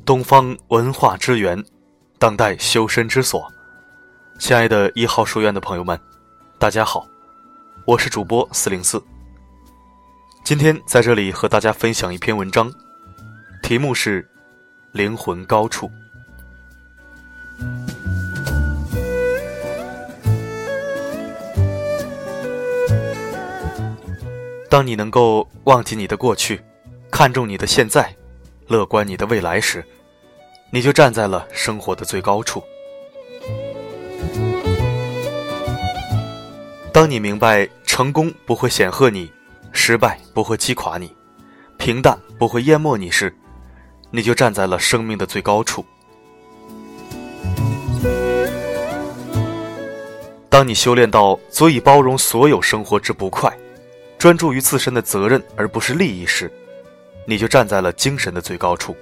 东方文化之源，当代修身之所。亲爱的1号书院的朋友们，大家好，我是主播404。今天在这里和大家分享一篇文章，题目是灵魂高处。当你能够忘记你的过去，看重你的现在，乐观你的未来时，你就站在了生活的最高处。当你明白成功不会显赫你，失败不会击垮你，平淡不会淹没你时，你就站在了生命的最高处。当你修炼到足以包容所有生活之不快，专注于自身的责任而不是利益时，你就站在了精神的最高处。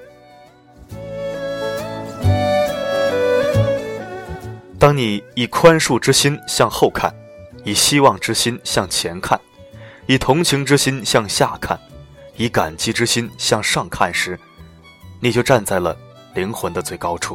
当你以宽恕之心向后看，以希望之心向前看，以同情之心向下看，以感激之心向上看时，你就站在了灵魂的最高处。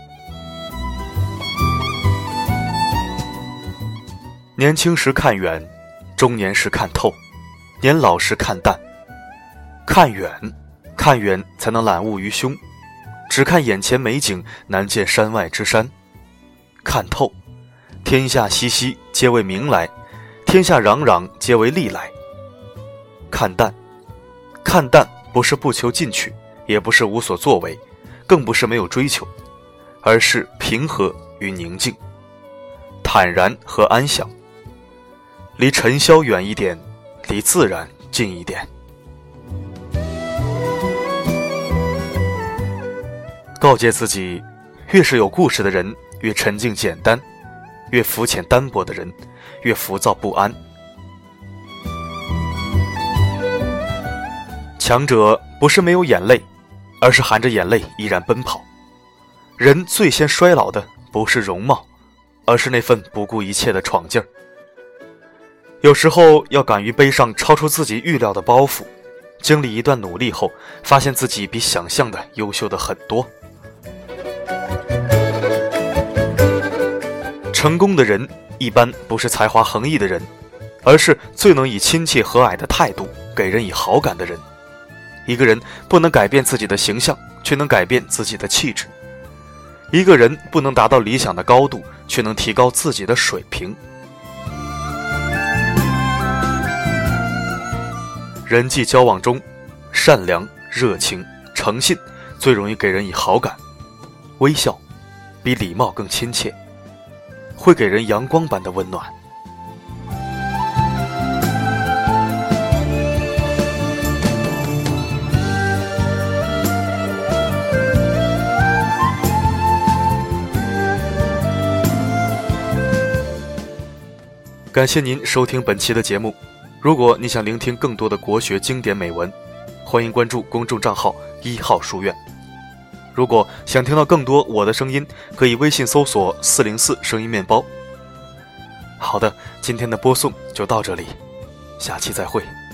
年轻时看远，中年时看透，年老时看淡。看远才能览物于胸，只看眼前美景，难见山外之山。看透，天下熙熙，皆为名来；天下攘攘，皆为利来。看淡不是不求进取，也不是无所作为，更不是没有追求，而是平和与宁静，坦然和安详。离尘嚣远一点，离自然近一点。告诫自己，越是有故事的人越沉静简单，越肤浅单薄的人越浮躁不安。强者不是没有眼泪，而是含着眼泪依然奔跑。人最先衰老的不是容貌，而是那份不顾一切的闯劲儿。有时候要敢于背上超出自己预料的包袱，经历一段努力后，发现自己比想象的优秀的很多。成功的人一般不是才华横溢的人，而是最能以亲切和蔼的态度给人以好感的人。一个人不能改变自己的形象，却能改变自己的气质。一个人不能达到理想的高度，却能提高自己的水平。人际交往中，善良、热情、诚信最容易给人以好感。微笑比礼貌更亲切，会给人阳光般的温暖。感谢您收听本期的节目。如果你想聆听更多的国学经典美文，欢迎关注公众账号1号书院。如果想听到更多我的声音，可以微信搜索404声音面包。好的，今天的播送就到这里，下期再会。